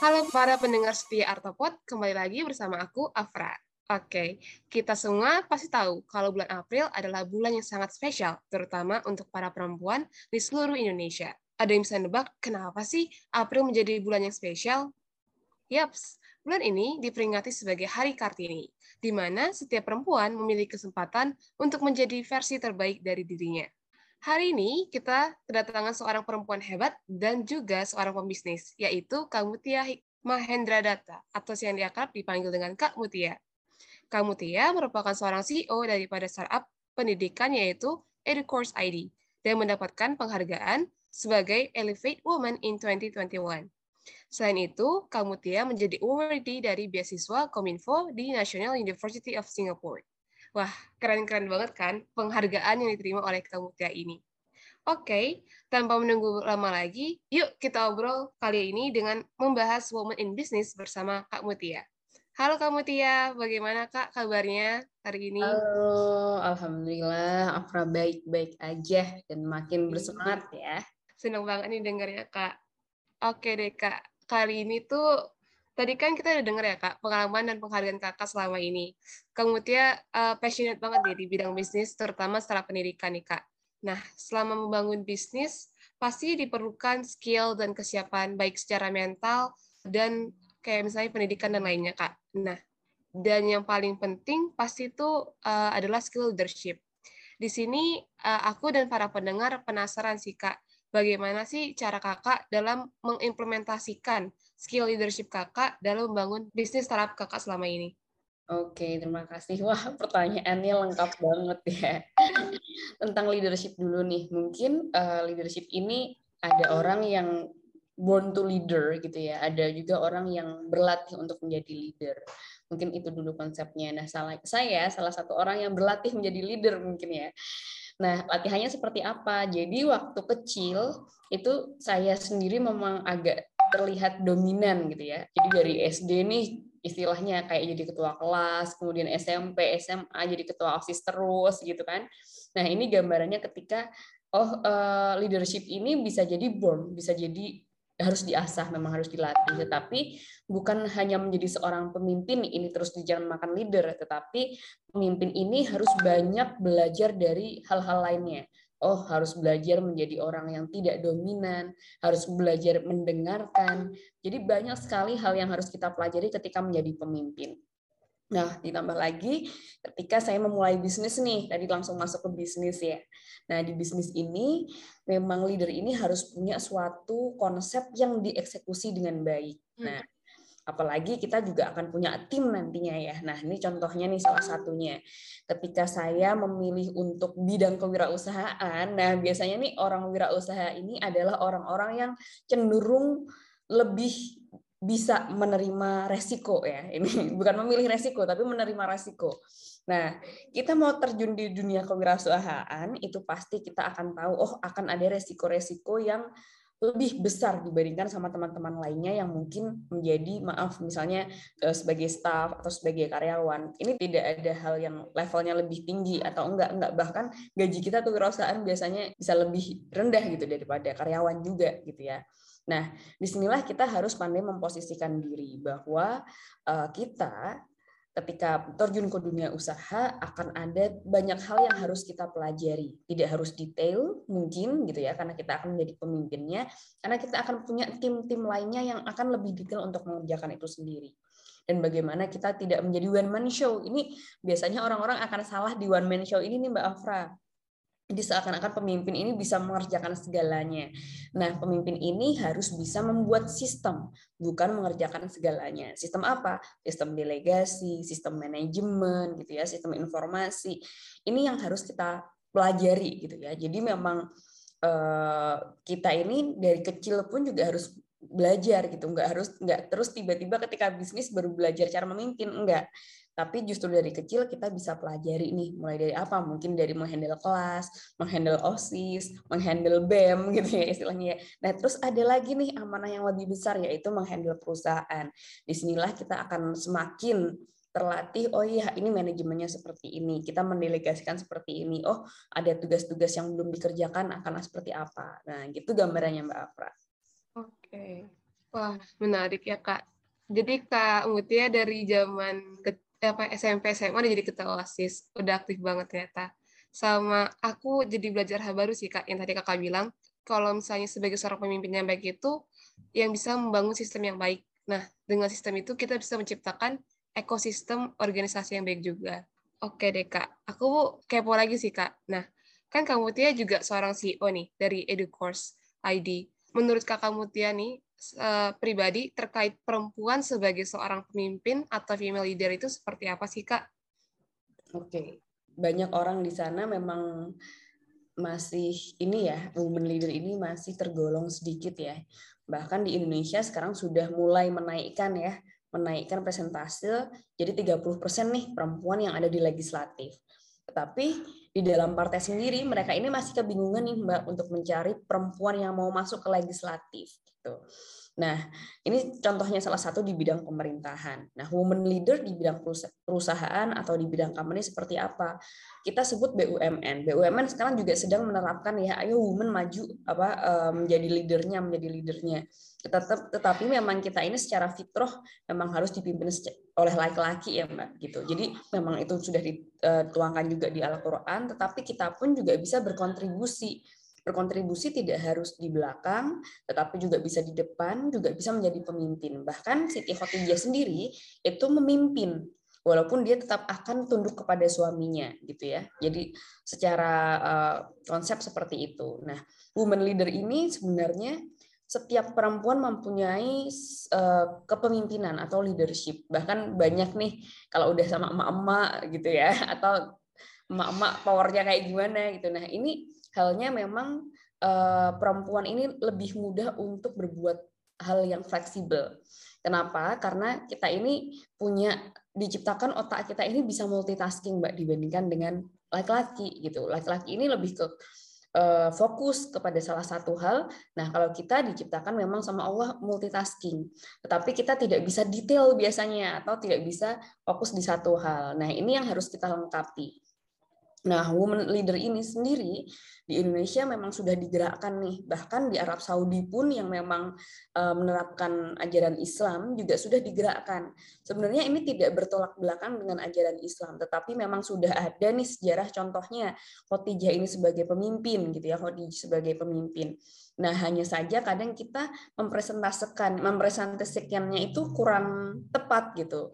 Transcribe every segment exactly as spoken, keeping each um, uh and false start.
Halo para pendengar setia Artopod, kembali lagi bersama aku, Afra. Oke, kita semua pasti tahu kalau bulan April adalah bulan yang sangat spesial, terutama untuk para perempuan di seluruh Indonesia. Ada yang bisa nebak kenapa sih April menjadi bulan yang spesial? Yaps, bulan ini diperingati sebagai Hari Kartini, di mana setiap perempuan memiliki kesempatan untuk menjadi versi terbaik dari dirinya. Hari ini kita kedatangan seorang perempuan hebat dan juga seorang pembisnis, yaitu Kak Mutia Mahendra Data, atau yang diakrab dipanggil dengan Kak Mutia. Kak Mutia merupakan seorang C E O daripada startup pendidikan yaitu EduCourse I D dan mendapatkan penghargaan sebagai Elevate Woman in dua ribu dua puluh satu. Selain itu, Kak Mutia menjadi awardee dari beasiswa Kominfo di National University of Singapore. Wah, keren-keren banget kan penghargaan yang diterima oleh Kak Mutia ini. Oke, tanpa menunggu lama lagi, yuk kita obrol kali ini dengan membahas Women in Business bersama Kak Mutia. Halo Kak Mutia, bagaimana Kak kabarnya hari ini? Halo, Alhamdulillah, Afra baik-baik aja dan makin bersemangat ya. Senang banget nih dengarnya Kak. Oke deh Kak, kali ini tuh tadi kan kita udah denger ya Kak, pengalaman dan penghargaan Kakak selama ini. Kak Mutia uh, passionate banget nih di bidang bisnis, terutama setelah pendidikan nih Kak. Nah, selama membangun bisnis, pasti diperlukan skill dan kesiapan baik secara mental dan kayak misalnya pendidikan dan lainnya Kak. Nah, dan yang paling penting pasti itu uh, adalah skill leadership. Di sini uh, aku dan para pendengar penasaran sih Kak, bagaimana sih cara Kakak dalam mengimplementasikan skill leadership Kakak dalam membangun bisnis startup Kakak selama ini? Oke, terima kasih. Wah, pertanyaannya lengkap banget ya. Tentang leadership dulu nih. Mungkin uh, leadership ini ada orang yang born to leader gitu ya. Ada juga orang yang berlatih untuk menjadi leader. Mungkin itu dulu konsepnya. Nah, salah saya salah satu orang yang berlatih menjadi leader mungkin ya. Nah, latihannya seperti apa? Jadi waktu kecil itu saya sendiri memang agak terlihat dominan gitu ya. Jadi dari S D nih istilahnya kayak jadi ketua kelas, kemudian S M P, S M A jadi ketua OSIS terus gitu kan. Nah, ini gambarannya ketika oh uh, leadership ini bisa jadi born, bisa jadi harus diasah, memang harus dilatih. Tetapi bukan hanya menjadi seorang pemimpin ini terus dijangan makan leader, tetapi pemimpin ini harus banyak belajar dari hal-hal lainnya. Oh, harus belajar menjadi orang yang tidak dominan, harus belajar mendengarkan. Jadi banyak sekali hal yang harus kita pelajari ketika menjadi pemimpin. Nah, ditambah lagi ketika saya memulai bisnis nih, tadi langsung masuk ke bisnis ya. Nah, di bisnis ini memang leader ini harus punya suatu konsep yang dieksekusi dengan baik. Nah, apalagi kita juga akan punya tim nantinya ya. Nah, ini contohnya nih salah satunya. Ketika saya memilih untuk bidang kewirausahaan, nah biasanya nih orang wirausaha ini adalah orang-orang yang cenderung lebih bisa menerima resiko ya. Ini bukan memilih resiko, tapi menerima resiko. Nah, kita mau terjun di dunia kewirausahaan, itu pasti kita akan tahu, oh akan ada resiko-resiko yang lebih besar dibandingkan sama teman-teman lainnya yang mungkin menjadi, maaf, misalnya sebagai staff atau sebagai karyawan. Ini tidak ada hal yang levelnya lebih tinggi atau enggak, enggak. Bahkan gaji kita tuh kewirausahaan biasanya bisa lebih rendah gitu daripada karyawan juga gitu ya. Nah, disinilah kita harus pandai memposisikan diri bahwa uh, kita ketika terjun ke dunia usaha akan ada banyak hal yang harus kita pelajari. Tidak harus detail mungkin gitu ya, karena kita akan menjadi pemimpinnya, karena kita akan punya tim-tim lainnya yang akan lebih detail untuk mengerjakan itu sendiri. Dan bagaimana kita tidak menjadi one man show. Ini biasanya orang-orang akan salah di one man show ini nih Mbak Afra. Jadi seakan-akan pemimpin ini bisa mengerjakan segalanya. Nah, pemimpin ini harus bisa membuat sistem, bukan mengerjakan segalanya. Sistem apa? Sistem delegasi, sistem manajemen, gitu ya, sistem informasi. Ini yang harus kita pelajari, gitu ya. Jadi memang eh, kita ini dari kecil pun juga harus belajar gitu, nggak harus nggak terus tiba-tiba ketika bisnis baru belajar cara memimpin, enggak. Tapi justru dari kecil kita bisa pelajari nih, mulai dari apa? Mungkin dari menghandle kelas, menghandle OSIS, menghandle B E M gitu ya istilahnya. Nah, terus ada lagi nih amanah yang lebih besar, yaitu menghandle perusahaan. Disinilah kita akan semakin terlatih, oh iya ini manajemennya seperti ini, kita mendelegasikan seperti ini, oh ada tugas-tugas yang belum dikerjakan akan seperti apa. Nah, gitu gambarannya Mbak Afra. Oke. Wah, menarik ya, Kak. Jadi Kak Mutia dari zaman ke, apa, S M P, S M A udah jadi ketua OSIS, udah aktif banget ternyata. Sama aku jadi belajar hal baru sih, Kak, yang tadi Kakak bilang, kalau misalnya sebagai seorang pemimpin yang baik itu, yang bisa membangun sistem yang baik. Nah, dengan sistem itu kita bisa menciptakan ekosistem organisasi yang baik juga. Oke deh, Kak. Aku kepo lagi sih, Kak. Nah, kan Kak Mutia juga seorang C E O nih dari EduCourse I D. Menurut Kakak Mutia nih, uh, pribadi terkait perempuan sebagai seorang pemimpin atau female leader itu seperti apa sih, Kak? Oke, banyak orang di sana memang masih ini ya, women leader ini masih tergolong sedikit ya. Bahkan di Indonesia sekarang sudah mulai menaikkan ya, menaikkan persentase jadi tiga puluh persen nih perempuan yang ada di legislatif. Tetapi di dalam partai sendiri mereka ini masih kebingungan nih Mbak untuk mencari perempuan yang mau masuk ke legislatif gitu. Nah, ini contohnya salah satu di bidang pemerintahan. Nah, women leader di bidang perusahaan atau di bidang company seperti apa? Kita sebut B U M N. B U M N sekarang juga sedang menerapkan ya, ayo women maju apa menjadi leadernya, menjadi leadernya. Tetap, tetapi memang kita ini secara fitrah memang harus dipimpin oleh laki-laki ya Mbak gitu. Jadi memang itu sudah dituangkan juga di Al-Qur'an, tetapi kita pun juga bisa berkontribusi. Berkontribusi tidak harus di belakang, tetapi juga bisa di depan, juga bisa menjadi pemimpin. Bahkan Siti Khotijah sendiri itu memimpin, walaupun dia tetap akan tunduk kepada suaminya, gitu ya. Jadi secara uh, konsep seperti itu. Nah, woman leader ini sebenarnya setiap perempuan mempunyai uh, kepemimpinan atau leadership. Bahkan banyak nih kalau udah sama emak-emak gitu ya, atau emak-emak powernya kayak gimana gitu. Nah, ini halnya memang uh, perempuan ini lebih mudah untuk berbuat hal yang fleksibel. Kenapa? Karena kita ini punya diciptakan otak kita ini bisa multitasking Mbak dibandingkan dengan laki-laki gitu. Laki-laki ini lebih ke uh, fokus kepada salah satu hal. Nah, kalau kita diciptakan memang sama Allah multitasking. Tetapi kita tidak bisa detail biasanya atau tidak bisa fokus di satu hal. Nah, ini yang harus kita lengkapi. Nah, women leader ini sendiri di Indonesia memang sudah digerakkan nih. Bahkan di Arab Saudi pun yang memang menerapkan ajaran Islam juga sudah digerakkan. Sebenarnya ini tidak bertolak belakang dengan ajaran Islam, tetapi memang sudah ada nih sejarah contohnya Khotijah ini sebagai pemimpin gitu ya, Khotijah sebagai pemimpin. Nah, hanya saja kadang kita mempresentasikan, mempresentasikannya itu kurang tepat gitu.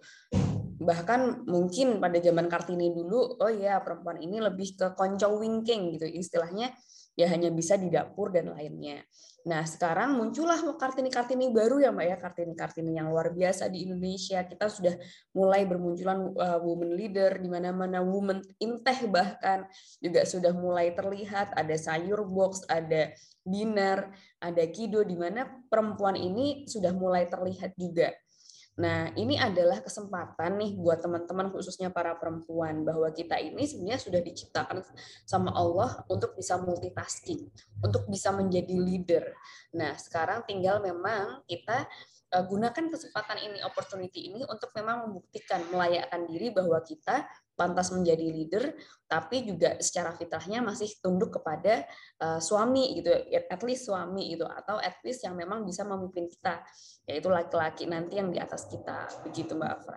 Bahkan mungkin pada zaman Kartini dulu, oh ya perempuan ini lebih ke konco wingking gitu istilahnya, ya hanya bisa di dapur dan lainnya. Nah sekarang muncullah Kartini-Kartini baru ya Mbak ya, Kartini-Kartini yang luar biasa di Indonesia. Kita sudah mulai bermunculan uh, women leader, di mana-mana women in tech bahkan juga sudah mulai terlihat, ada sayur box, ada Binar, ada Kido, di mana perempuan ini sudah mulai terlihat juga. Nah, ini adalah kesempatan nih buat teman-teman khususnya para perempuan bahwa kita ini sebenarnya sudah diciptakan sama Allah untuk bisa multitasking, untuk bisa menjadi leader. Nah, sekarang tinggal memang kita gunakan kesempatan ini, opportunity ini untuk memang membuktikan, melayakkan diri bahwa kita pantas menjadi leader, tapi juga secara fitrahnya masih tunduk kepada uh, suami gitu, at least suami gitu, atau at least yang memang bisa memimpin kita, yaitu laki-laki nanti yang di atas kita, begitu Mbak Afra.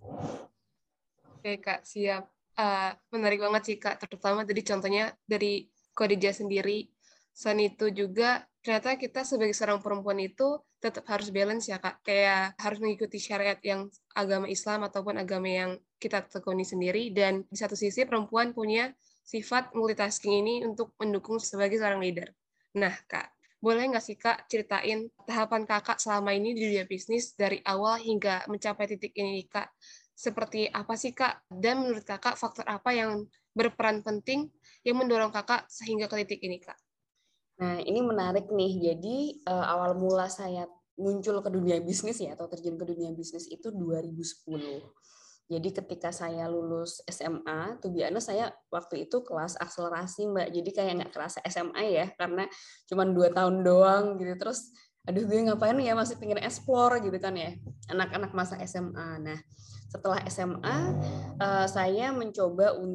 Oke Kak, siap. Uh, menarik banget sih Kak, terutama tadi contohnya dari Khadijah sendiri. Selain itu juga ternyata kita sebagai seorang perempuan itu tetap harus balance ya Kak, kayak harus mengikuti syariat yang agama Islam ataupun agama yang kita tekuni sendiri, dan di satu sisi perempuan punya sifat multitasking ini untuk mendukung sebagai seorang leader. Nah Kak, boleh nggak sih Kak ceritain tahapan Kakak selama ini di dunia bisnis dari awal hingga mencapai titik ini Kak? Seperti apa sih Kak? Dan menurut Kakak faktor apa yang berperan penting yang mendorong Kakak sehingga ke titik ini Kak? Nah, ini menarik nih. Jadi uh, awal mula saya muncul ke dunia bisnis ya, atau terjun ke dunia bisnis itu dua ribu sepuluh. Jadi ketika saya lulus S M A, to be honest, saya waktu itu kelas akselerasi Mbak. Jadi kayak nggak kerasa S M A ya, karena cuma dua tahun doang gitu. Terus, aduh gue ngapain ya, masih pengen explore gitu kan ya, anak-anak masa S M A. Nah, setelah S M A, uh, saya mencoba untuk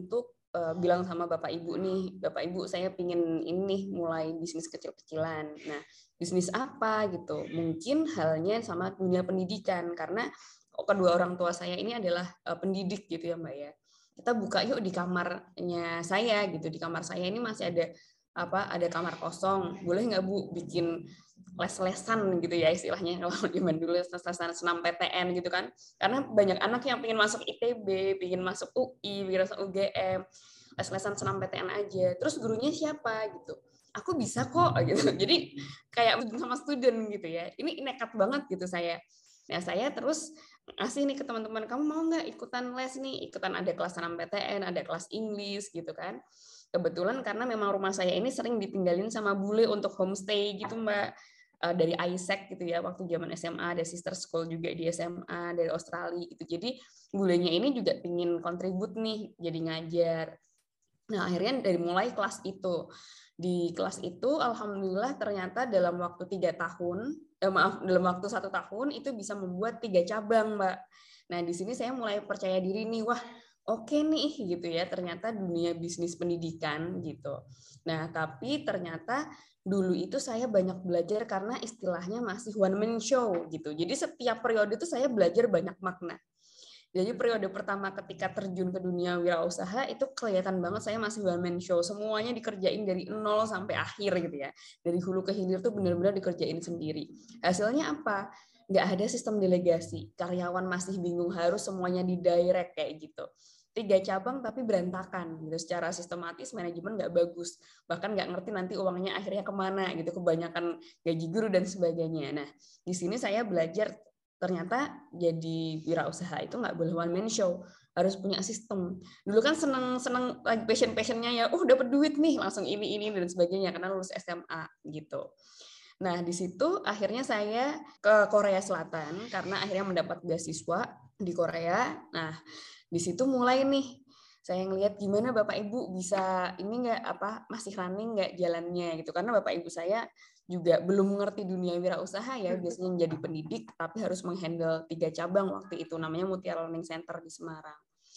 uh, bilang sama bapak ibu nih, bapak ibu saya pingin ini nih mulai bisnis kecil-kecilan. Nah, bisnis apa gitu? Mungkin halnya sama dunia pendidikan karena kedua orang tua saya ini adalah uh, pendidik gitu ya Mbak ya. Kita buka yuk di kamarnya saya gitu. Di kamar saya ini masih ada apa? Ada kamar kosong. Boleh nggak Bu bikin les-lesan gitu ya istilahnya kalau zaman dulu les-lesan senam P T N gitu kan. Karena banyak anak yang pengen masuk I T B, pengen masuk U I, pengen masuk U G M, les-lesan senam P T N aja. Terus gurunya siapa gitu. Aku bisa kok gitu. Jadi kayak sama student gitu ya. Ini nekat banget gitu saya. Nah, saya terus ngasih nih ke teman-teman, kamu mau nggak ikutan les nih? Ikutan ada kelas senam P T N, ada kelas English gitu kan. Kebetulan karena memang rumah saya ini sering ditinggalin sama bule untuk homestay gitu Mbak. Dari I S E C gitu ya, waktu zaman S M A ada sister school juga di S M A dari Australia gitu. Jadi bulenya ini juga pingin kontribut nih jadi ngajar. Nah, akhirnya dari mulai kelas itu. Di kelas itu alhamdulillah ternyata dalam waktu tiga tahun, eh, maaf dalam waktu satu tahun itu bisa membuat tiga cabang, Mbak. Nah, di sini saya mulai percaya diri nih, wah oke okay nih gitu ya, ternyata dunia bisnis pendidikan gitu. Nah, tapi ternyata dulu itu saya banyak belajar karena istilahnya masih one man show gitu. Jadi setiap periode itu saya belajar banyak makna. Jadi periode pertama ketika terjun ke dunia wirausaha itu kelihatan banget saya masih one man show. Semuanya dikerjain dari nol sampai akhir gitu ya. Dari hulu ke hilir tuh benar-benar dikerjain sendiri. Hasilnya apa? Nggak ada sistem delegasi. Karyawan masih bingung, harus semuanya di direct kayak gitu. Tiga cabang tapi berantakan gitu, secara sistematis manajemen nggak bagus, bahkan nggak ngerti nanti uangnya akhirnya kemana gitu, kebanyakan gaji guru dan sebagainya. Nah, di sini saya belajar ternyata jadi wirausaha itu nggak boleh one man show, harus punya sistem. Dulu kan seneng seneng lagi passion passionnya ya, oh dapat duit nih langsung ini ini dan sebagainya karena lulus S M A gitu. Nah, di situ akhirnya saya ke Korea Selatan karena akhirnya mendapat beasiswa di Korea. Nah, di situ mulai nih saya ngelihat gimana Bapak Ibu bisa ini nggak apa masih running nggak jalannya gitu, karena Bapak Ibu saya juga belum mengerti dunia wirausaha ya, biasanya menjadi pendidik tapi harus menghandle tiga cabang waktu itu, namanya Mutiara Learning Center di Semarang.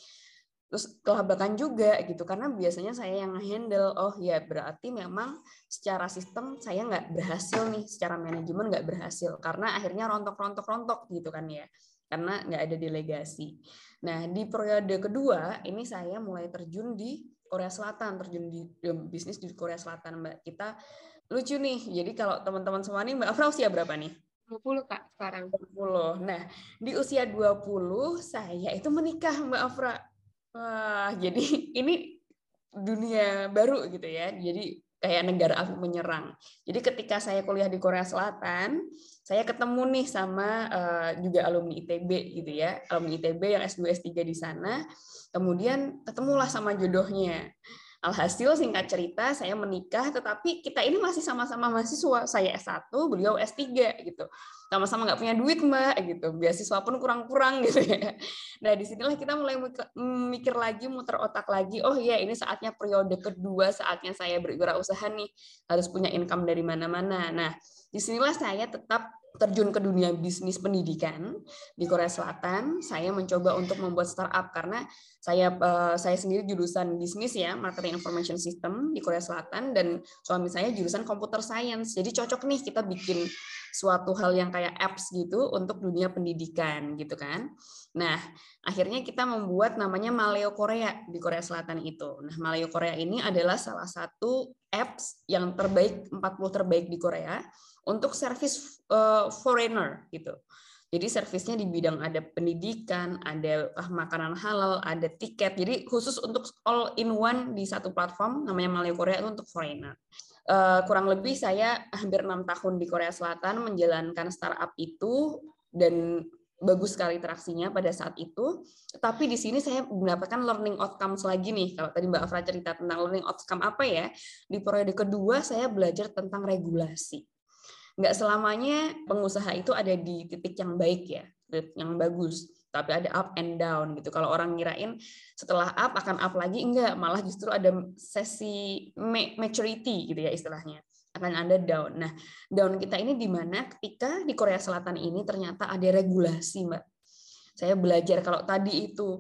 Terus kelabakan juga gitu, karena biasanya saya yang handle, oh ya berarti memang secara sistem saya nggak berhasil nih, secara manajemen nggak berhasil, karena akhirnya rontok-rontok-rontok gitu kan ya, karena nggak ada delegasi. Nah, di periode kedua, ini saya mulai terjun di Korea Selatan, terjun di bisnis di Korea Selatan, Mbak. Kita lucu nih, jadi kalau teman-teman semua nih, Mbak Afra usia berapa nih? dua puluh, Kak, sekarang. dua puluh. Nah, di usia dua puluh, saya itu menikah, Mbak Afra. Wah, jadi ini dunia baru gitu ya. Jadi kayak negara api menyerang. Jadi ketika saya kuliah di Korea Selatan, saya ketemu nih sama uh, juga alumni I T B gitu ya, alumni I T B yang S dua S tiga di sana. Kemudian ketemulah sama jodohnya. Alhasil singkat cerita saya menikah, tetapi kita ini masih sama-sama mahasiswa. Saya S satu, beliau S tiga gitu. Sama-sama nggak punya duit Mbak gitu. Beasiswa pun kurang-kurang gitu ya. Nah, disinilah kita mulai mikir lagi, muter otak lagi. Oh iya, ini saatnya periode kedua, saatnya saya berwirausaha nih. Harus punya income dari mana-mana. Nah, disinilah saya tetap terjun ke dunia bisnis pendidikan di Korea Selatan. Saya mencoba untuk membuat startup karena saya uh, saya sendiri jurusan bisnis ya, marketing information system di Korea Selatan, dan suami saya jurusan computer science. Jadi cocok nih kita bikin suatu hal yang kayak apps gitu untuk dunia pendidikan gitu kan. Nah, akhirnya kita membuat namanya Maleo Korea di Korea Selatan itu. Nah, Maleo Korea ini adalah salah satu apps yang terbaik, empat puluh terbaik di Korea untuk service uh, foreigner gitu. Jadi servisnya di bidang ada pendidikan, ada makanan halal, ada tiket. Jadi khusus untuk all in one di satu platform namanya Maleo Korea itu untuk foreigner. Uh, kurang lebih saya hampir enam tahun di Korea Selatan menjalankan startup itu dan bagus sekali interaksinya pada saat itu. Tapi di sini saya mendapatkan learning outcomes lagi nih. Kalau tadi Mbak Afra cerita tentang learning outcome apa ya, di periode kedua saya belajar tentang regulasi. Nggak selamanya pengusaha itu ada di titik yang baik ya, yang bagus. Tapi ada up and down gitu. Kalau orang ngirain setelah up akan up lagi, enggak. Malah justru ada sesi maturity gitu ya istilahnya. Akan ada down. Nah, down kita ini di mana ketika di Korea Selatan ini ternyata ada regulasi, Mbak. Saya belajar kalau tadi itu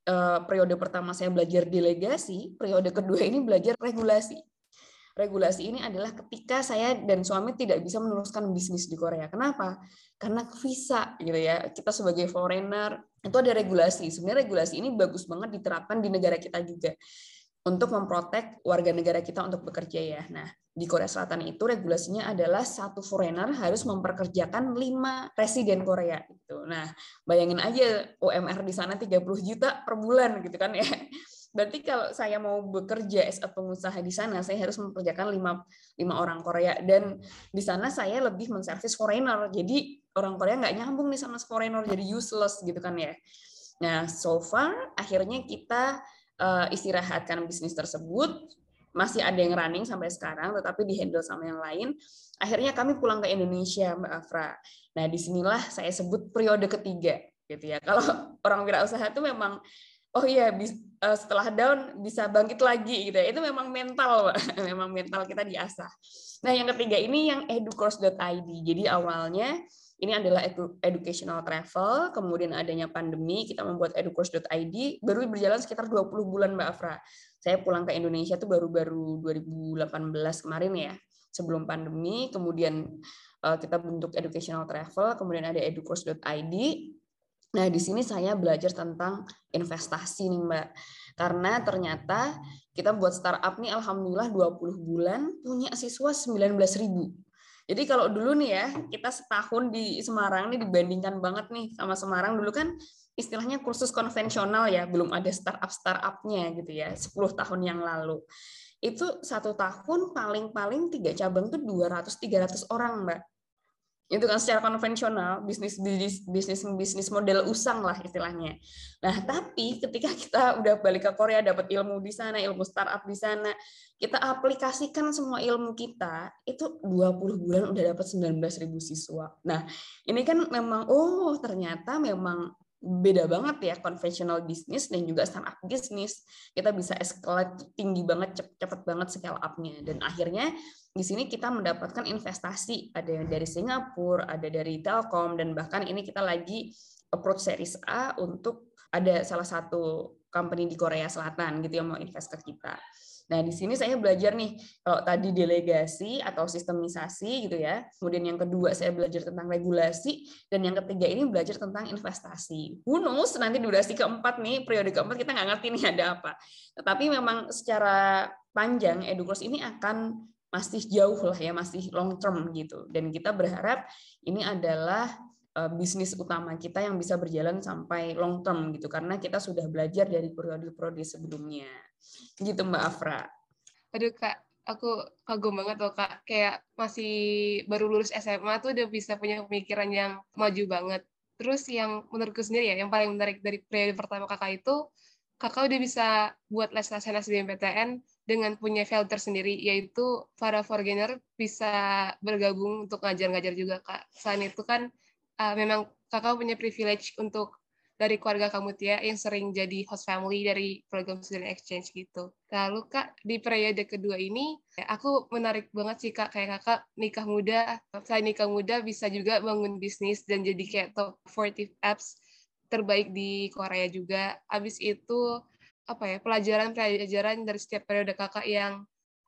uh, periode pertama saya belajar delegasi, periode kedua ini belajar regulasi. Regulasi ini adalah ketika saya dan suami tidak bisa meneruskan bisnis di Korea. Kenapa? Karena visa gitu ya. Kita sebagai foreigner itu ada regulasi. Sebenarnya regulasi ini bagus banget diterapkan di negara kita juga untuk memprotek warga negara kita untuk bekerja ya. Nah, di Korea Selatan itu regulasinya adalah satu foreigner harus memperkerjakan lima residen Korea gitu. Nah, bayangin aja U M R di sana tiga puluh juta per bulan gitu kan ya. Berarti kalau saya mau bekerja as a pengusaha di sana, saya harus mempekerjakan lima, lima orang Korea. Dan di sana saya lebih menservis foreigner. Jadi orang Korea nggak nyambung nih sama foreigner, jadi useless gitu kan ya. Nah, so far akhirnya kita uh, istirahatkan bisnis tersebut. Masih ada yang running sampai sekarang, tetapi di-handle sama yang lain. Akhirnya kami pulang ke Indonesia, Mbak Afra. Nah, disinilah saya sebut periode ketiga. Gitu ya. Kalau orang wirausaha itu memang oh iya, setelah down bisa bangkit lagi gitu ya. Itu memang mental, Pak. Memang mental kita diasah. Nah, yang ketiga ini yang educourse dot i d. Jadi awalnya ini adalah educational travel, kemudian adanya pandemi, kita membuat educourse dot i d, baru berjalan sekitar dua puluh bulan, Mbak Afra. Saya pulang ke Indonesia tuh baru-baru dua ribu delapan belas kemarin ya, sebelum pandemi, kemudian kita bentuk educational travel, kemudian ada educourse dot i d. Nah, di sini saya belajar tentang investasi nih, Mbak. Karena ternyata kita buat startup nih, alhamdulillah dua puluh bulan punya siswa sembilan belas ribu. Jadi kalau dulu nih ya, kita setahun di Semarang nih dibandingkan banget nih sama Semarang. Dulu kan istilahnya kursus konvensional ya, belum ada startup-startupnya gitu ya, sepuluh tahun yang lalu. Itu satu tahun paling-paling tiga cabang tuh dua ratus tiga ratus orang, Mbak. Itu kan secara konvensional, bisnis bisnis bisnis bisnis model usang lah istilahnya. Nah, tapi ketika kita udah balik ke Korea, dapat ilmu di sana, ilmu startup di sana, kita aplikasikan semua ilmu kita, itu dua puluh bulan udah dapat sembilan belas ribu siswa. Nah, ini kan memang oh ternyata memang beda banget ya konvensional bisnis dan juga startup bisnis. Kita bisa escalate tinggi banget, cepet banget scale up-nya. Dan akhirnya di sini kita mendapatkan investasi, ada yang dari Singapura, ada dari Telkom, dan bahkan ini kita lagi approach series A untuk ada salah satu company di Korea Selatan gitu yang mau invest ke kita. Nah, di sini saya belajar nih, kalau tadi delegasi atau sistemisasi gitu ya. Kemudian yang kedua saya belajar tentang regulasi, dan yang ketiga ini belajar tentang investasi. Who knows, nanti durasi keempat nih, periode keempat kita nggak ngerti nih ada apa. Tetapi memang secara panjang, educourse ini akan masih jauh lah ya, masih long term gitu. Dan kita berharap ini adalah bisnis utama kita yang bisa berjalan sampai long term gitu, karena kita sudah belajar dari periode-periode sebelumnya. Gitu Mbak Afra. Aduh Kak, aku kagum banget loh Kak. Kayak masih baru lulus S M A tuh udah bisa punya pemikiran yang maju banget. Terus yang menurutku sendiri ya, yang paling menarik dari periode pertama Kakak itu, Kakak udah bisa buat les-les S B M P T N dengan punya filter sendiri, yaitu para foreigner bisa bergabung untuk ngajar-ngajar juga Kak. Selain itu kan, uh, memang Kakak punya privilege untuk dari keluarga kamu Tia yang sering jadi host family dari program student exchange gitu. Lalu Kak, di periode kedua ini, aku menarik banget sih Kak, kayak Kakak nikah muda, selain nikah muda bisa juga bangun bisnis dan jadi kayak top empat puluh apps terbaik di Korea juga. Habis itu, apa ya, pelajaran-pelajaran dari setiap periode Kakak yang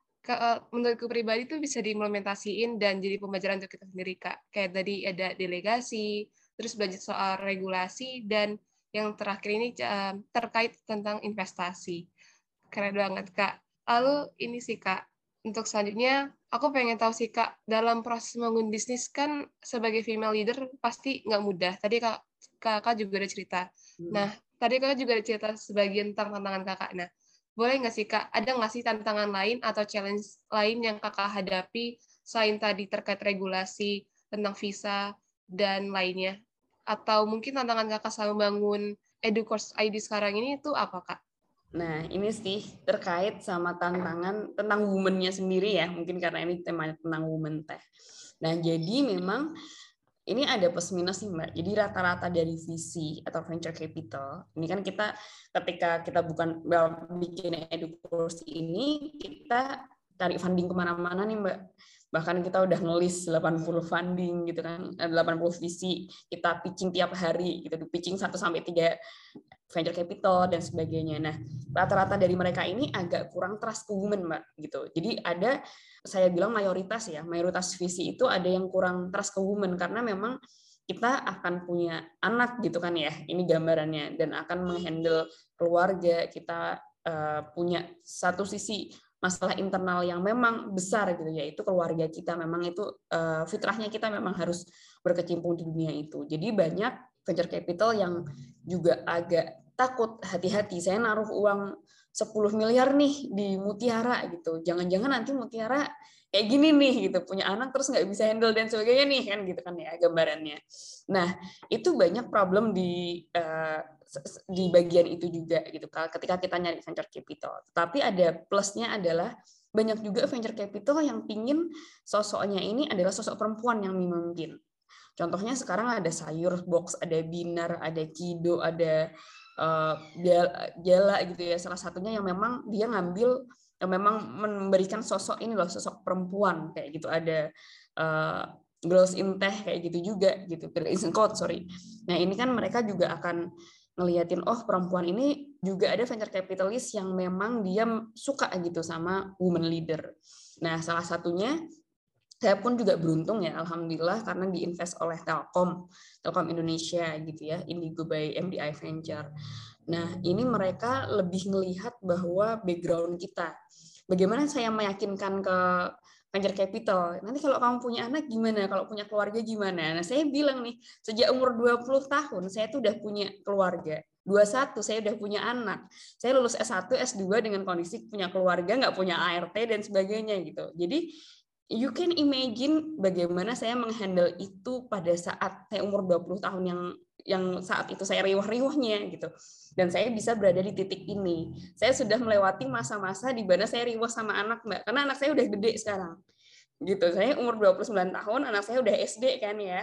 menurutku pribadi tuh bisa diimplementasiin dan jadi pembelajaran untuk kita sendiri Kak. Kayak tadi ada delegasi, terus belajar soal regulasi, dan yang terakhir ini terkait tentang investasi. Keren banget, Kak. Lalu ini sih, Kak, untuk selanjutnya, aku pengen tahu sih, Kak, dalam proses membangun bisnis kan sebagai female leader pasti nggak mudah. Tadi Kak, Kakak juga ada cerita. Nah, tadi Kakak juga ada cerita sebagian tentang tantangan Kakak. Nah, boleh nggak sih, Kak, ada nggak sih tantangan lain atau challenge lain yang Kakak hadapi selain tadi terkait regulasi, tentang visa, dan lainnya? Atau mungkin tantangan Kakak selama membangun educourse dot i d sekarang ini itu apa, Kak? Nah, ini sih terkait sama tantangan tentang women-nya sendiri ya, mungkin karena ini temanya tentang women tech. Nah, jadi memang ini ada plus minus nih Mbak. Jadi rata-rata dari V C atau venture capital, ini kan kita ketika kita bukan bikin educourse ini, kita cari funding kemana-mana nih Mbak. Bahkan kita udah ngelis delapan puluh funding gitu kan, delapan puluh visi, kita pitching tiap hari gitu, pitching satu sampai tiga venture capital dan sebagainya. Nah, rata-rata dari mereka ini agak kurang trust ke women, Mbak, gitu. Jadi ada, saya bilang mayoritas ya, mayoritas visi itu ada yang kurang trust ke women karena memang kita akan punya anak gitu kan ya, ini gambarannya, dan akan menghandle keluarga, kita uh, punya satu sisi masalah internal yang memang besar gitu, yaitu keluarga kita, memang itu uh, fitrahnya kita memang harus berkecimpung di dunia itu. Jadi banyak venture capital yang juga agak takut, hati-hati, saya naruh uang sepuluh miliar nih di Mutiara gitu, jangan-jangan nanti Mutiara kayak gini nih gitu, punya anak terus nggak bisa handle dan sebagainya nih kan gitu kan ya gambarannya. Nah itu banyak problem di uh, di bagian itu juga gitu ketika kita nyari venture capital. Tapi ada plusnya adalah banyak juga venture capital yang pingin sosoknya ini adalah sosok perempuan yang memimpin. Contohnya sekarang ada Sayur Box, ada Binar, ada Kido, ada uh, Jala gitu ya. Salah satunya yang memang dia ngambil yang memang memberikan sosok ini loh, sosok perempuan kayak gitu. Ada uh, Girls in Tech kayak gitu juga gitu. Girls in Code, sorry. Nah ini kan mereka juga akan ngeliatin, oh perempuan ini juga ada venture capitalist yang memang dia suka gitu sama woman leader. Nah salah satunya saya pun juga beruntung ya, alhamdulillah karena diinvest oleh Telkom, Telkom Indonesia gitu ya, Indigo by M D I Venture. Nah ini mereka lebih melihat bahwa background kita, bagaimana saya meyakinkan ke venture capital, nanti kalau kamu punya anak gimana, kalau punya keluarga gimana. Nah saya bilang nih, sejak umur dua puluh tahun saya tuh udah punya keluarga, dua puluh satu saya udah punya anak, saya lulus S satu, S dua dengan kondisi punya keluarga, nggak punya A R T dan sebagainya gitu. Jadi you can imagine bagaimana saya menghandle itu pada saat saya umur dua puluh tahun yang yang saat itu saya riuh-riuhnya gitu. Dan saya bisa berada di titik ini. Saya sudah melewati masa-masa di mana saya riuh sama anak, Mbak. Karena anak saya udah gede sekarang. Gitu. Saya umur dua puluh sembilan tahun, anak saya udah S D kan ya.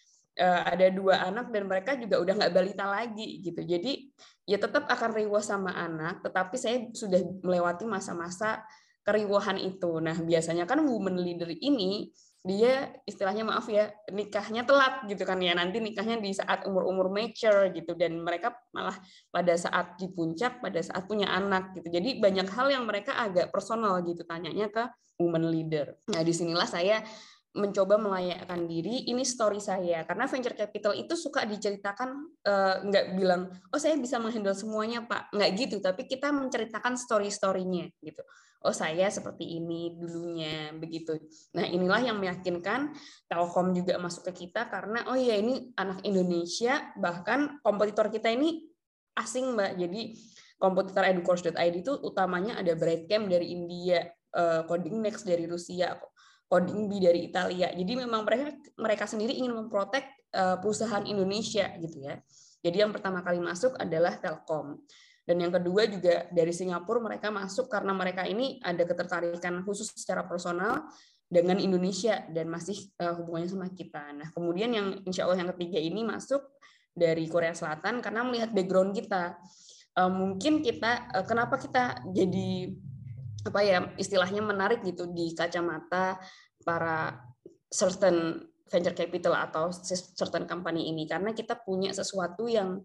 Uh, ada dua anak dan mereka juga udah nggak balita lagi gitu. Jadi ya tetap akan riuh sama anak, tetapi saya sudah melewati masa-masa keriuhan itu. Nah, biasanya kan woman leader ini dia istilahnya maaf ya, nikahnya telat gitu kan ya. Nanti nikahnya di saat umur-umur mature gitu, dan mereka malah pada saat di puncak, pada saat punya anak gitu. Jadi banyak hal yang mereka agak personal gitu tanyanya ke woman leader. Nah, disinilah saya mencoba melayakkan diri, ini story saya, karena venture capital itu suka diceritakan, uh, nggak bilang, oh saya bisa menghandle semuanya Pak, nggak gitu, tapi kita menceritakan story-storynya gitu. Oh saya seperti ini dulunya, begitu. Nah inilah yang meyakinkan Telkom juga masuk ke kita, karena oh ya ini anak Indonesia, bahkan kompetitor kita ini asing Mbak, jadi kompetitor educourse dot i d itu utamanya ada Brightcam dari India, uh, Coding Next dari Rusia, Coding Bee dari Italia. Jadi memang mereka mereka sendiri ingin memprotek uh, perusahaan Indonesia gitu ya. Jadi yang pertama kali masuk adalah Telkom. Dan yang kedua juga dari Singapura mereka masuk karena mereka ini ada ketertarikan khusus secara personal dengan Indonesia dan masih uh, hubungannya sama kita. Nah, kemudian yang insya Allah yang ketiga ini masuk dari Korea Selatan karena melihat background kita. Uh, mungkin kita uh, kenapa kita jadi apa ya istilahnya menarik gitu di kacamata para certain venture capital atau certain company ini, karena kita punya sesuatu yang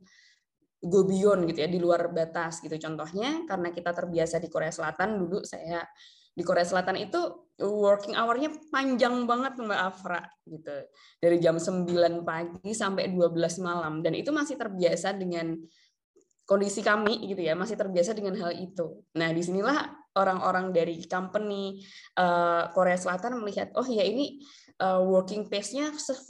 go beyond gitu ya, di luar batas gitu. Contohnya karena kita terbiasa di Korea Selatan, dulu saya di Korea Selatan itu working hour-nya panjang banget Mbak Afra gitu. Dari jam sembilan pagi sampai dua belas malam, dan itu masih terbiasa dengan kondisi kami gitu ya, masih terbiasa dengan hal itu. Nah, disinilah orang-orang dari company uh, Korea Selatan melihat, oh ya ini uh, working pace-nya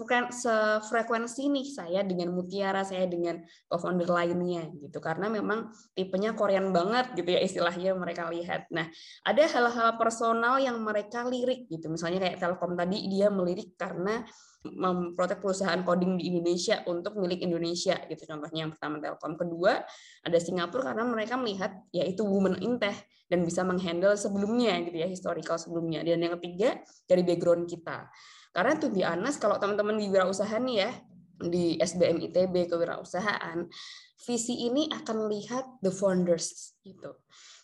sefrekuensi nih saya dengan Mutiara, saya dengan co-founder lainnya gitu. Karena memang tipenya Korean banget gitu ya istilahnya mereka lihat. Nah, ada hal-hal personal yang mereka lirik gitu. Misalnya kayak Telkom tadi, dia melirik karena memprotek perusahaan coding di Indonesia untuk milik Indonesia gitu, contohnya yang pertama Telkom. Kedua ada Singapura karena mereka melihat yaitu women in tech dan bisa menghandle sebelumnya gitu ya, historical sebelumnya. Dan yang ketiga dari background kita, karena to be honest kalau teman-teman di wirausaha nih ya, di S B M I T B kewirausahaan, visi ini akan lihat the founders gitu.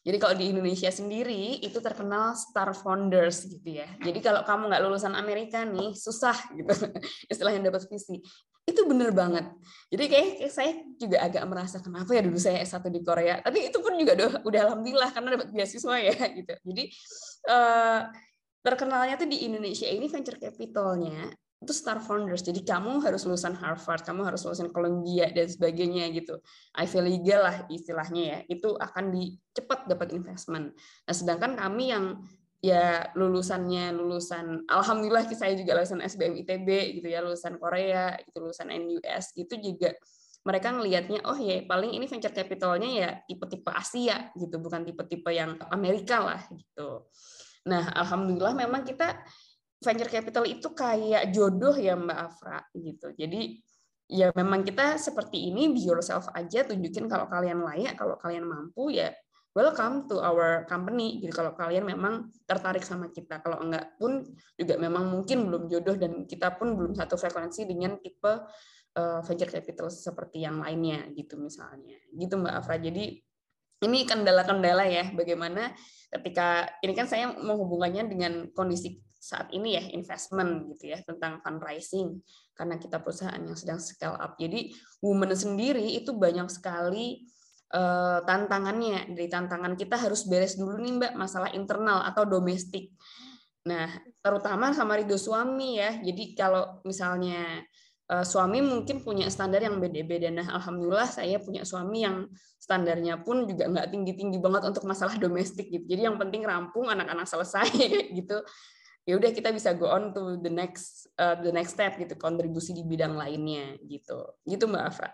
Jadi kalau di Indonesia sendiri itu terkenal star founders gitu ya. Jadi kalau kamu nggak lulusan Amerika nih susah gitu istilahnya dapat visi. Itu bener banget. Jadi kayak, kayak saya juga agak merasa kenapa ya dulu saya S satu di Korea. Tapi itu pun juga udah, udah alhamdulillah karena dapat beasiswa ya gitu. Jadi uh, terkenalnya tuh di Indonesia ini venture capitalnya itu star founders. Jadi kamu harus lulusan Harvard, kamu harus lulusan Columbia dan sebagainya gitu. Ivy League lah istilahnya ya. Itu akan di cepat dapat investment. Nah, sedangkan kami yang ya lulusannya lulusan alhamdulillah saya juga lulusan S B M I T B gitu ya, lulusan Korea, gitu lulusan N U S gitu juga mereka ngelihatnya oh ya paling ini venture capitalnya ya tipe-tipe Asia gitu, bukan tipe-tipe yang Amerika lah gitu. Nah, alhamdulillah memang kita venture capital itu kayak jodoh ya Mbak Afra gitu. Jadi ya memang kita seperti ini, be yourself aja, tunjukin kalau kalian layak, kalau kalian mampu ya welcome to our company. Jadi kalau kalian memang tertarik sama kita, kalau enggak pun juga memang mungkin belum jodoh dan kita pun belum satu frekuensi dengan tipe uh, venture capital seperti yang lainnya gitu misalnya. Gitu Mbak Afra. Jadi ini kendala-kendala ya bagaimana ketika ini kan saya menghubungkannya dengan kondisi saat ini ya investment gitu ya tentang fundraising karena kita perusahaan yang sedang scale up. Jadi women sendiri itu banyak sekali uh, tantangannya. Dari tantangan kita harus beres dulu nih Mbak masalah internal atau domestik. Nah, terutama sama ridho suami ya. Jadi kalau misalnya uh, suami mungkin punya standar yang beda-beda. Nah, alhamdulillah saya punya suami yang standarnya pun juga nggak tinggi-tinggi banget untuk masalah domestik gitu. Jadi yang penting rampung anak-anak selesai gitu. Ya udah kita bisa go on to the next uh, the next step gitu, kontribusi di bidang lainnya gitu. Gitu Mbak Afra.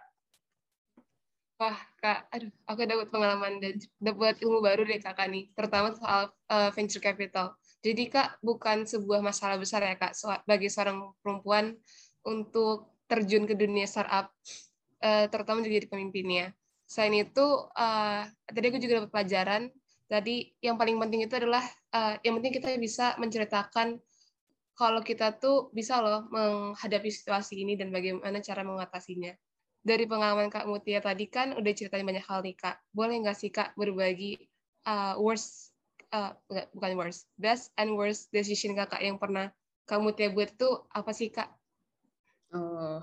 Wah, Kak, aduh, aku dapat pengalaman dan dapat ilmu baru deh Kakak nih, terutama soal uh, venture capital. Jadi Kak, bukan sebuah masalah besar ya Kak, so, bagi seorang perempuan untuk terjun ke dunia startup, uh, terutama jadi pemimpinnya. Selain itu, uh, tadi aku juga dapat pelajaran, tadi yang paling penting itu adalah, uh, yang penting kita bisa menceritakan kalau kita tuh bisa loh menghadapi situasi ini dan bagaimana cara mengatasinya. Dari pengalaman Kak Mutia tadi kan udah ceritain banyak hal nih Kak. Boleh nggak sih Kak berbagi uh, worst, uh, bukan worst, best and worst decision Kakak yang pernah Kak Mutia buat tuh apa sih Kak? Oh,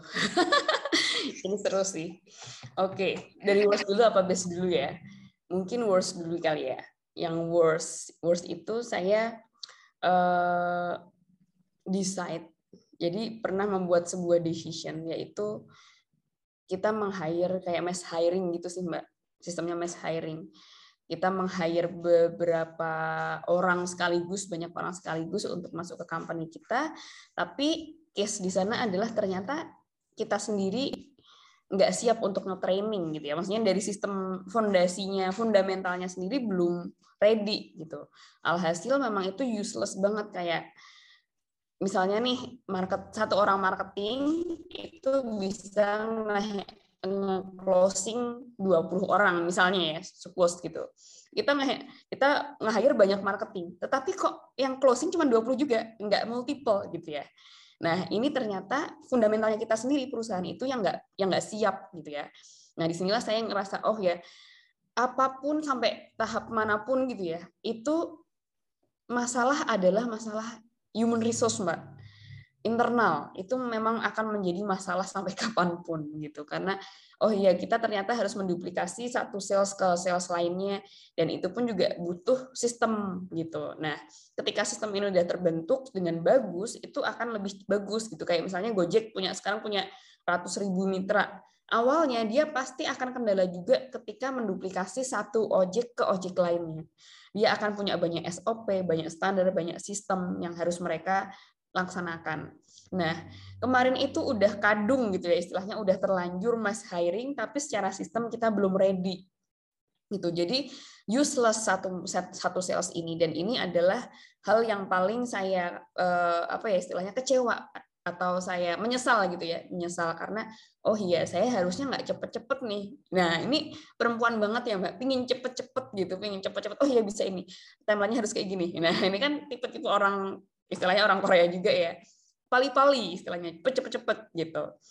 ini seru sih. Oke, dari worst dulu apa best dulu ya? Mungkin worst dulu kali ya. Yang worst, worst itu saya uh, decide. Jadi pernah membuat sebuah decision yaitu kita meng-hire kayak mass hiring gitu sih Mbak. Sistemnya mass hiring. Kita meng-hire beberapa orang sekaligus, banyak orang sekaligus untuk masuk ke company kita. Tapi case di sana adalah ternyata kita sendiri nggak siap untuk nge-training gitu ya. Maksudnya dari sistem fondasinya, fundamentalnya sendiri belum ready gitu. Alhasil memang itu useless banget kayak misalnya nih market satu orang marketing itu bisa nge-closing dua puluh orang misalnya ya, suppose gitu. Kita nge kita nge-hire banyak marketing, tetapi kok yang closing cuma dua puluh juga, nggak multiple gitu ya. Nah, ini ternyata fundamentalnya kita sendiri perusahaan itu yang nggak yang nggak siap gitu ya. Nah, disinilah saya ngerasa oh ya, apapun sampai tahap manapun gitu ya, itu masalah adalah masalah human resource Mbak, internal itu memang akan menjadi masalah sampai kapanpun gitu karena oh iya kita ternyata harus menduplikasi satu sales ke sales lainnya dan itu pun juga butuh sistem gitu. Nah ketika sistem ini udah terbentuk dengan bagus itu akan lebih bagus gitu kayak misalnya Gojek punya sekarang punya ratus ribu mitra. Awalnya dia pasti akan kendala juga ketika menduplikasi satu ojek ke ojek lainnya. Dia akan punya banyak S O P, banyak standar, banyak sistem yang harus mereka laksanakan. Nah, kemarin itu udah kadung gitu ya istilahnya, udah terlanjur mass hiring, tapi secara sistem kita belum ready. Gitu. Jadi useless satu satu sales ini dan ini adalah hal yang paling saya eh, apa ya istilahnya kecewa atau saya menyesal gitu ya menyesal karena oh iya saya harusnya nggak cepet-cepet nih. Nah ini perempuan banget ya Mbak, pingin cepet-cepet gitu, pingin cepet-cepet oh iya bisa ini temanya harus kayak gini. Nah ini kan tipe-tipe orang istilahnya orang Korea juga ya, pali-pali istilahnya cepet-cepet gitu.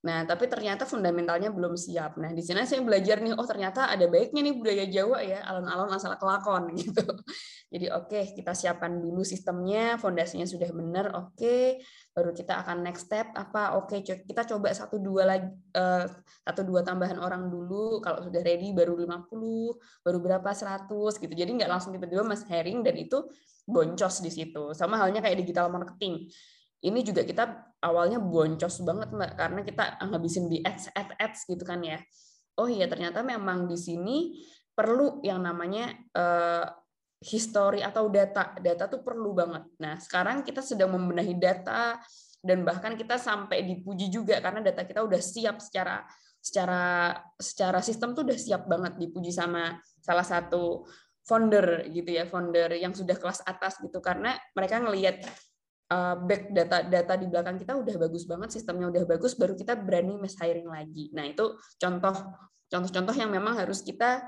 Nah, tapi ternyata fundamentalnya belum siap. Nah, di sana saya belajar nih, oh ternyata ada baiknya nih budaya Jawa ya, alon-alon asal kelakon gitu. Jadi oke, okay, kita siapkan dulu sistemnya, fondasinya sudah benar, oke, okay, baru kita akan next step apa? Oke, okay, kita coba satu dua lagi, uh, satu dua tambahan orang dulu. Kalau sudah ready baru lima puluh, baru berapa seratus gitu. Jadi nggak langsung tiba-tiba mas hiring dan itu boncos di situ. Sama halnya kayak digital marketing. Ini juga kita awalnya boncos banget Mbak, karena kita ngabisin di ads, ads, ads gitu kan ya. Oh iya, ternyata memang di sini perlu yang namanya uh, history atau data. Data tuh perlu banget. Nah, sekarang kita sedang membenahi data dan bahkan kita sampai dipuji juga karena data kita udah siap secara secara secara sistem tuh udah siap banget, dipuji sama salah satu founder gitu ya, founder yang sudah kelas atas gitu, karena mereka ngelihat Uh, back data-data di belakang kita udah bagus banget, sistemnya udah bagus, baru kita berani mass hiring lagi. Nah itu contoh contoh-contoh yang memang harus kita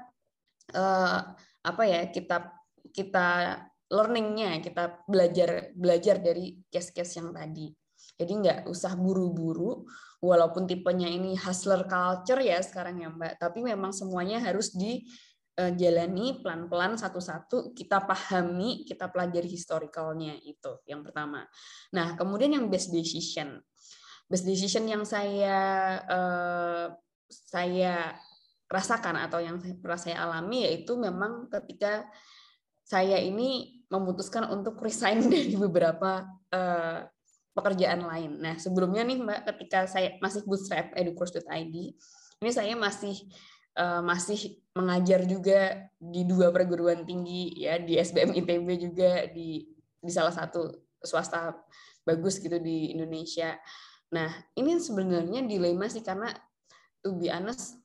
uh, apa ya kita kita learningnya, kita belajar belajar dari case-case yang tadi. Jadi nggak usah buru-buru, walaupun tipenya ini hustler culture ya sekarang ya Mbak, tapi memang semuanya harus di jalani pelan-pelan satu-satu, kita pahami, kita pelajari historicalnya, itu yang pertama. Nah, kemudian yang best decision. Best decision yang saya eh, saya rasakan atau yang pernah saya alami yaitu memang ketika saya ini memutuskan untuk resign dari beberapa eh, pekerjaan lain. Nah, sebelumnya nih Mbak, ketika saya masih bootstrap educourse dot i d, ini saya masih Uh, masih mengajar juga di dua perguruan tinggi ya, di S B M I T B juga, di di salah satu swasta bagus gitu di Indonesia. Nah, ini sebenarnya dilema sih, karena to be honest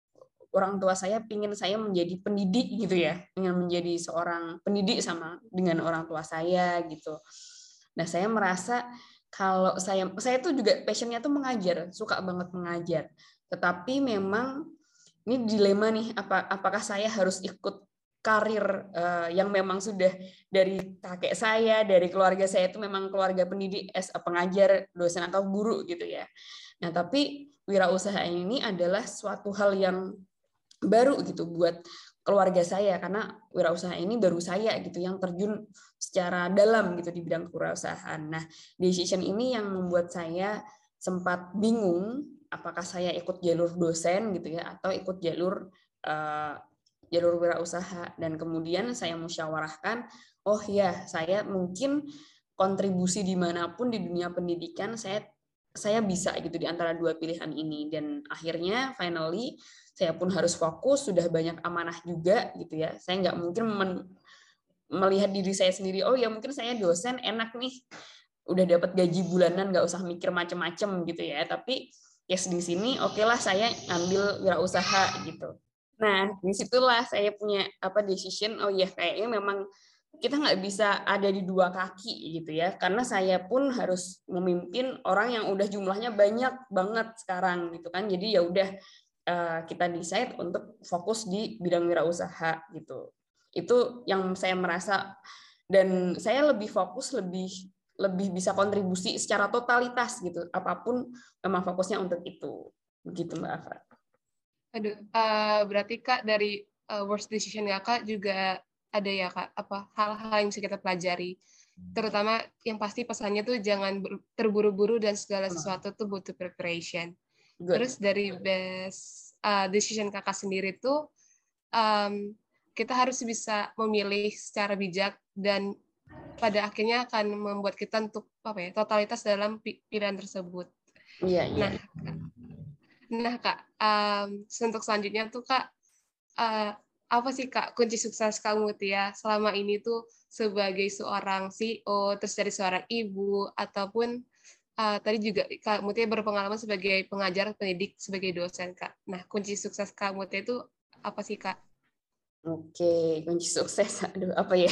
orang tua saya pingin saya menjadi pendidik gitu ya, ingin menjadi seorang pendidik sama dengan orang tua saya gitu. Nah, saya merasa kalau saya saya tuh juga passionnya tuh mengajar, suka banget mengajar. Tetapi memang ini dilema nih, apa, apakah saya harus ikut karir uh, yang memang sudah dari kakek saya, dari keluarga saya itu memang keluarga pendidik, as a pengajar, dosen atau guru gitu ya. Nah, tapi wirausaha ini adalah suatu hal yang baru gitu buat keluarga saya, karena wirausaha ini baru saya gitu yang terjun secara dalam gitu di bidang kewirausahaan. Nah, decision ini yang membuat saya sempat bingung apakah saya ikut jalur dosen gitu ya atau ikut jalur uh, jalur wirausaha, dan kemudian saya musyawarahkan, oh ya saya mungkin kontribusi dimanapun di dunia pendidikan saya saya bisa gitu di antara dua pilihan ini, dan akhirnya finally saya pun harus fokus, sudah banyak amanah juga gitu ya, saya nggak mungkin men- melihat diri saya sendiri, oh ya mungkin saya dosen enak nih udah dapat gaji bulanan nggak usah mikir macem-macem gitu ya, tapi yes di sini oke okay lah saya ngambil wirausaha gitu. Nah disitulah saya punya apa decision, oh ya kayaknya memang kita nggak bisa ada di dua kaki gitu ya, karena saya pun harus memimpin orang yang udah jumlahnya banyak banget sekarang gitu kan, jadi ya udah kita decide untuk fokus di bidang wirausaha gitu. Itu yang saya merasa, dan saya lebih fokus, lebih lebih bisa kontribusi secara totalitas gitu, apapun memang fokusnya untuk itu, begitu Mbak Afra. Aduh, uh, berarti Kak dari uh, worst decision Kakak juga ada ya Kak, apa hal-hal yang bisa kita pelajari, terutama yang pasti pesannya tuh jangan terburu-buru dan segala sesuatu tuh butuh preparation. Good. Terus dari best uh, decision Kakak sendiri tuh um, kita harus bisa memilih secara bijak dan pada akhirnya akan membuat kita untuk apa ya totalitas dalam pilihan tersebut. Iya, iya. Nah, nah Kak, um, untuk selanjutnya tuh Kak, uh, apa sih Kak kunci sukses Kak Mutia selama ini tuh sebagai seorang C E O, terus dari seorang ibu, ataupun uh, tadi juga Kak Mutia berpengalaman sebagai pengajar, pendidik, sebagai dosen Kak. Nah, kunci sukses Kak Mutia itu apa sih Kak? Oke, kunci sukses, aduh apa ya?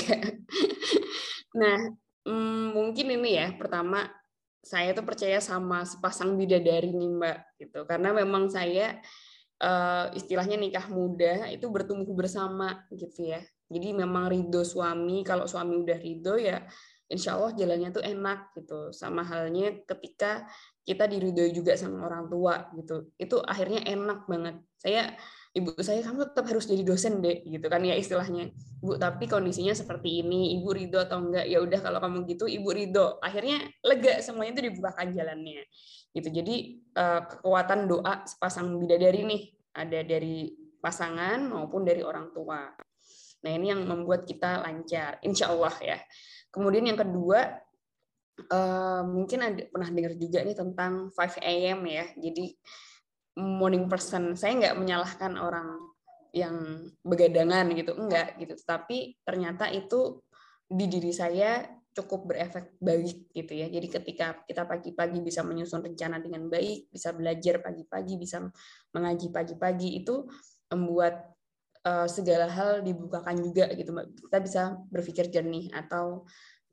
Nah, hmm, mungkin ini ya, pertama saya tuh percaya sama sepasang bidadari nih Mbak, gitu. Karena memang saya uh, istilahnya nikah muda itu bertumbuh bersama gitu ya. Jadi memang ridho suami, kalau suami udah ridho ya insya Allah jalannya tuh enak gitu. Sama halnya ketika kita diridhoi juga sama orang tua gitu. Itu akhirnya enak banget. Saya ibu saya, kamu tetap harus jadi dosen deh gitu kan ya istilahnya. Bu, tapi kondisinya seperti ini, ibu ridho atau enggak? Ya udah kalau kamu gitu ibu ridho. Akhirnya lega, semuanya itu dibukakan jalannya. Gitu. Jadi kekuatan doa sepasang bidadari nih, ada dari pasangan maupun dari orang tua. Nah, ini yang membuat kita lancar, insya Allah ya. Kemudian yang kedua, uh, mungkin ada pernah dengar juga nih tentang five a m ya. Jadi morning person. Saya nggak menyalahkan orang yang begadangan gitu, enggak gitu. Tapi ternyata itu di diri saya cukup berefek baik gitu ya. Jadi ketika kita pagi-pagi bisa menyusun rencana dengan baik, bisa belajar pagi-pagi, bisa mengaji pagi-pagi, itu membuat uh, segala hal dibukakan juga gitu. Kita bisa berpikir jernih atau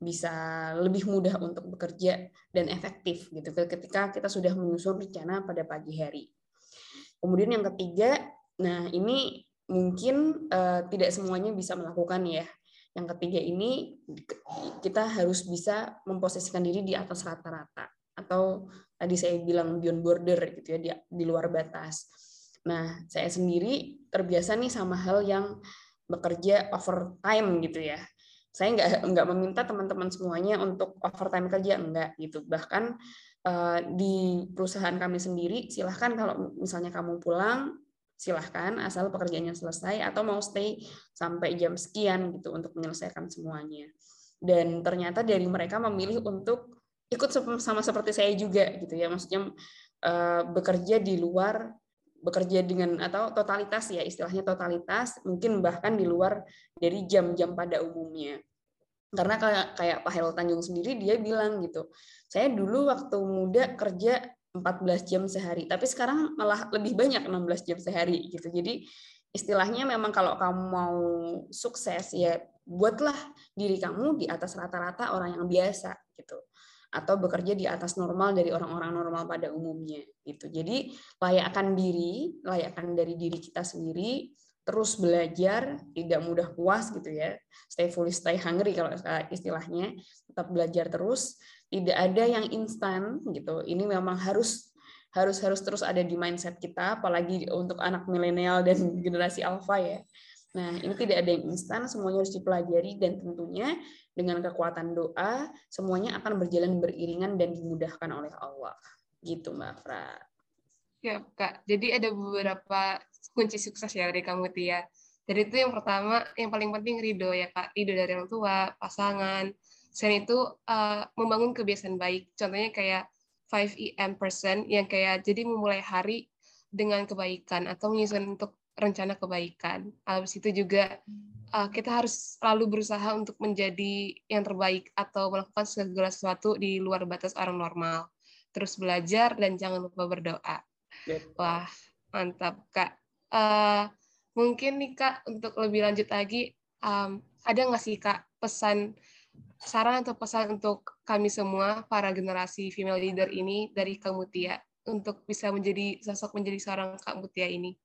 bisa lebih mudah untuk bekerja dan efektif gitu ketika kita sudah menyusun rencana pada pagi hari. Kemudian yang ketiga, nah ini mungkin uh, tidak semuanya bisa melakukan ya. Yang ketiga ini kita harus bisa memposisikan diri di atas rata-rata atau tadi saya bilang beyond border gitu ya, di, di luar batas. Nah, saya sendiri terbiasa nih sama hal yang bekerja overtime gitu ya. Saya nggak nggak meminta teman-teman semuanya untuk overtime kerja, enggak gitu. Bahkan uh, di perusahaan kami sendiri, silahkan kalau misalnya kamu pulang, silahkan asal pekerjaannya selesai atau mau stay sampai jam sekian gitu untuk menyelesaikan semuanya. Dan ternyata dari mereka memilih untuk ikut sama seperti saya juga gitu ya, maksudnya uh, bekerja di luar, bekerja dengan atau totalitas ya, istilahnya totalitas, mungkin bahkan di luar dari jam-jam pada umumnya. Karena kayak kayak Pak Hairul Tanjung sendiri, dia bilang gitu, saya dulu waktu muda kerja empat belas jam sehari, tapi sekarang malah lebih banyak enam belas jam sehari gitu. Jadi istilahnya memang kalau kamu mau sukses ya buatlah diri kamu di atas rata-rata orang yang biasa gitu, atau bekerja di atas normal dari orang-orang normal pada umumnya gitu. Jadi layakkan diri, layakkan dari diri kita sendiri, terus belajar, tidak mudah puas gitu ya, stay foolish, stay hungry kalau istilahnya, tetap belajar terus, tidak ada yang instan gitu. Ini memang harus harus harus terus ada di mindset kita, apalagi untuk anak milenial dan generasi alpha ya. Nah, ini tidak ada yang instan, semuanya harus dipelajari, dan tentunya dengan kekuatan doa, semuanya akan berjalan beriringan dan dimudahkan oleh Allah. Gitu, Mbak Fra. Ya, Kak. Jadi ada beberapa kunci sukses ya dari kamu, Tia. Jadi itu yang pertama, yang paling penting ridho ya, Kak. Ridho dari orang tua, pasangan. Selain itu, uh, membangun kebiasaan baik. Contohnya kayak five A M person, yang kayak jadi memulai hari dengan kebaikan, atau menyusun untuk rencana kebaikan. Habis itu juga uh, kita harus selalu berusaha untuk menjadi yang terbaik atau melakukan segala sesuatu di luar batas orang normal. Terus belajar dan jangan lupa berdoa. Wah, mantap, Kak. Uh, mungkin nih, Kak, untuk lebih lanjut lagi, um, ada nggak sih, Kak, pesan, saran atau pesan untuk kami semua, para generasi female leader ini dari Kak Mutia, untuk bisa menjadi sosok menjadi seorang Kak Mutia ini?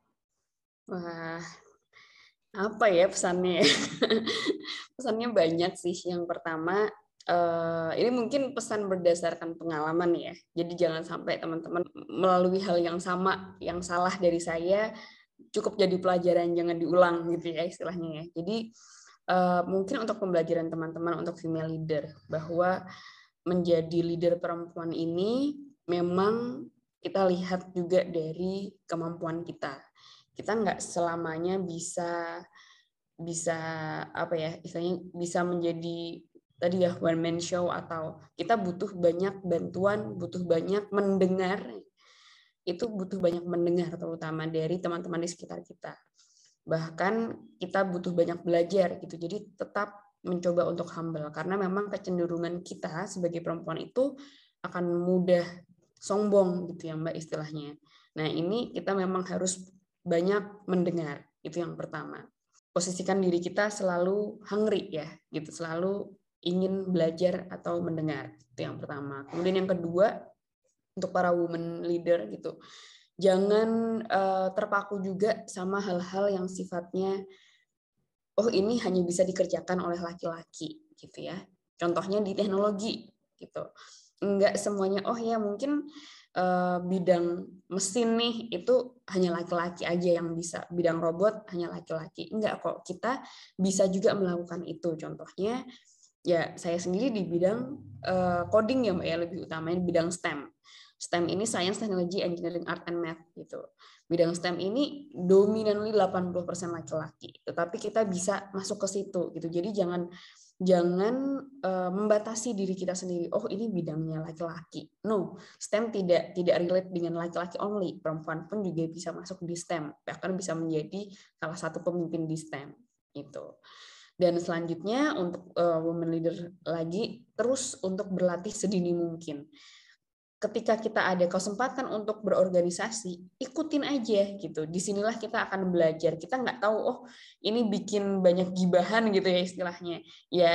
Wah, apa ya pesannya? Pesannya banyak sih. Yang pertama, uh, ini mungkin pesan berdasarkan pengalaman ya. Jadi jangan sampai teman-teman melalui hal yang sama, yang salah dari saya, cukup jadi pelajaran, jangan diulang gitu ya istilahnya ya. Jadi uh, mungkin untuk pembelajaran teman-teman untuk female leader, bahwa menjadi leader perempuan ini memang kita lihat juga dari kemampuan kita. Kita nggak selamanya bisa bisa apa ya istilahnya bisa menjadi tadi ya one man show, atau kita butuh banyak bantuan, butuh banyak mendengar, itu butuh banyak mendengar terutama dari teman-teman di sekitar kita. Bahkan kita butuh banyak belajar gitu. Jadi tetap mencoba untuk humble, karena memang kecenderungan kita sebagai perempuan itu akan mudah sombong gitu ya Mbak istilahnya. Nah, ini kita memang harus banyak mendengar, itu yang pertama. Posisikan diri kita selalu hungry ya, gitu, selalu ingin belajar atau mendengar. Itu yang pertama. Kemudian yang kedua, untuk para women leader gitu, jangan uh, terpaku juga sama hal-hal yang sifatnya oh ini hanya bisa dikerjakan oleh laki-laki gitu ya. Contohnya di teknologi gitu. nggak semuanya, oh ya mungkin uh, bidang mesin nih itu hanya laki-laki aja yang bisa, bidang robot hanya laki-laki. Enggak kok, kita bisa juga melakukan itu. Contohnya, ya saya sendiri di bidang uh, coding ya Mbak ya, lebih utamanya di bidang STEM. STEM ini Science, Technology, Engineering, Art, and Math gitu. Bidang STEM ini dominantly delapan puluh persen laki-laki. Tetapi kita bisa masuk ke situ gitu. Jadi jangan jangan uh, membatasi diri kita sendiri. Oh, ini bidangnya laki-laki. No, STEM tidak tidak relate dengan laki-laki only. Perempuan pun juga bisa masuk di STEM, bahkan bisa menjadi salah satu pemimpin di STEM itu. Dan selanjutnya untuk uh, women leader lagi, terus untuk berlatih sedini mungkin. Ketika kita ada kesempatan untuk berorganisasi, ikutin aja gitu. Disinilah kita akan belajar. Kita nggak tahu, oh ini bikin banyak gibahan gitu ya istilahnya. Ya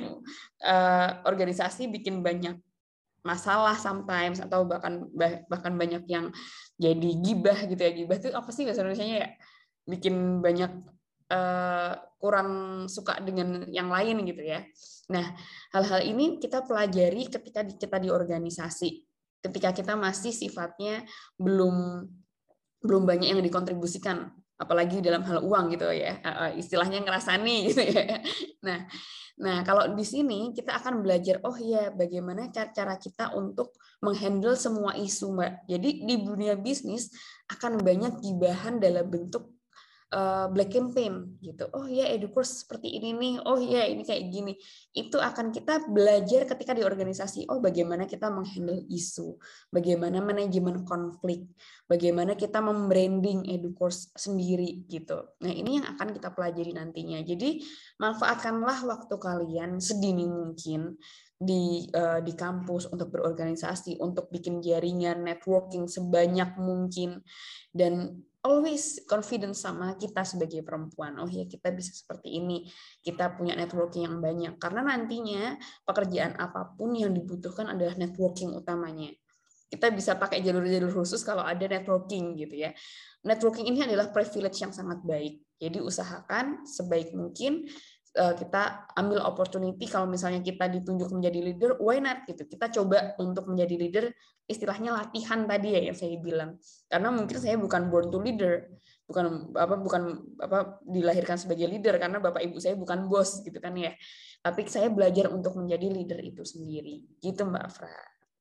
uh, organisasi bikin banyak masalah sometimes, atau bahkan bahkan banyak yang jadi gibah gitu ya. Gibah itu apa sih bahasa Indonesianya ya? Bikin banyak uh, kurang suka dengan yang lain gitu ya. Nah, hal-hal ini kita pelajari ketika kita di organisasi. Ketika kita masih sifatnya belum belum banyak yang dikontribusikan, apalagi dalam hal uang gitu ya, istilahnya ngerasani gitu ya. Nah, nah kalau di sini kita akan belajar, oh ya bagaimana cara kita untuk menghandle semua isu Mbak. Jadi di dunia bisnis akan banyak gibahan dalam bentuk black campaign gitu. Oh ya, EduCourse seperti ini nih. Oh ya, ini kayak gini. Itu akan kita belajar ketika di organisasi. Oh, bagaimana kita menghandle isu, bagaimana manajemen konflik, bagaimana kita membranding EduCourse sendiri gitu. Nah, ini yang akan kita pelajari nantinya. Jadi, manfaatkanlah waktu kalian sedini mungkin di uh, di kampus untuk berorganisasi, untuk bikin jaringan networking sebanyak mungkin, dan always confidence sama kita sebagai perempuan. Oh ya, kita bisa seperti ini. Kita punya networking yang banyak. Karena nantinya pekerjaan apapun yang dibutuhkan adalah networking utamanya. Kita bisa pakai jalur-jalur khusus kalau ada networking gitu ya. Networking ini adalah privilege yang sangat baik. Jadi usahakan sebaik mungkin kita ambil opportunity. Kalau misalnya kita ditunjuk menjadi leader, why not gitu. Kita coba untuk menjadi leader, istilahnya latihan tadi ya yang saya bilang. Karena mungkin saya bukan born to leader, bukan apa bukan apa dilahirkan sebagai leader karena bapak ibu saya bukan bos gitu kan ya. Tapi saya belajar untuk menjadi leader itu sendiri. Gitu Mbak Afra.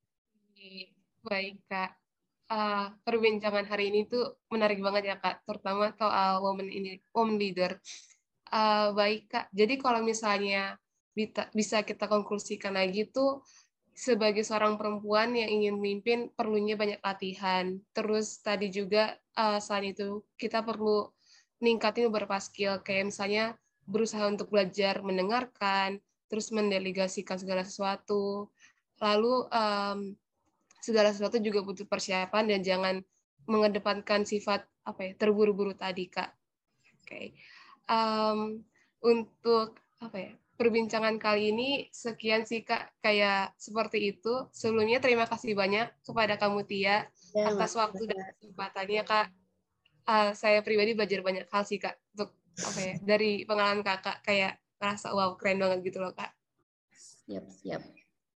Baik Kak. Uh, perbincangan hari ini tuh menarik banget ya Kak, terutama soal woman ini woman leader. Uh, baik Kak. Jadi kalau misalnya bisa kita konklusikan lagi tuh, sebagai seorang perempuan yang ingin memimpin perlunya banyak latihan. Terus tadi juga uh, selain itu kita perlu ningkatin beberapa skill, kayak misalnya berusaha untuk belajar mendengarkan, terus mendelegasikan segala sesuatu. Lalu um, segala sesuatu juga butuh persiapan dan jangan mengedepankan sifat apa ya terburu-buru tadi Kak. Oke. Okay. Um, untuk apa ya? Perbincangan kali ini sekian sih Kak, kayak seperti itu. Sebelumnya terima kasih banyak kepada kamu Tia ya, atas waktu dan kesempatannya Kak. Uh, saya pribadi belajar banyak hal sih Kak, untuk apa ya, dari pengalaman Kakak, kayak ngerasa wow keren banget gitu loh Kak. Siap, siap.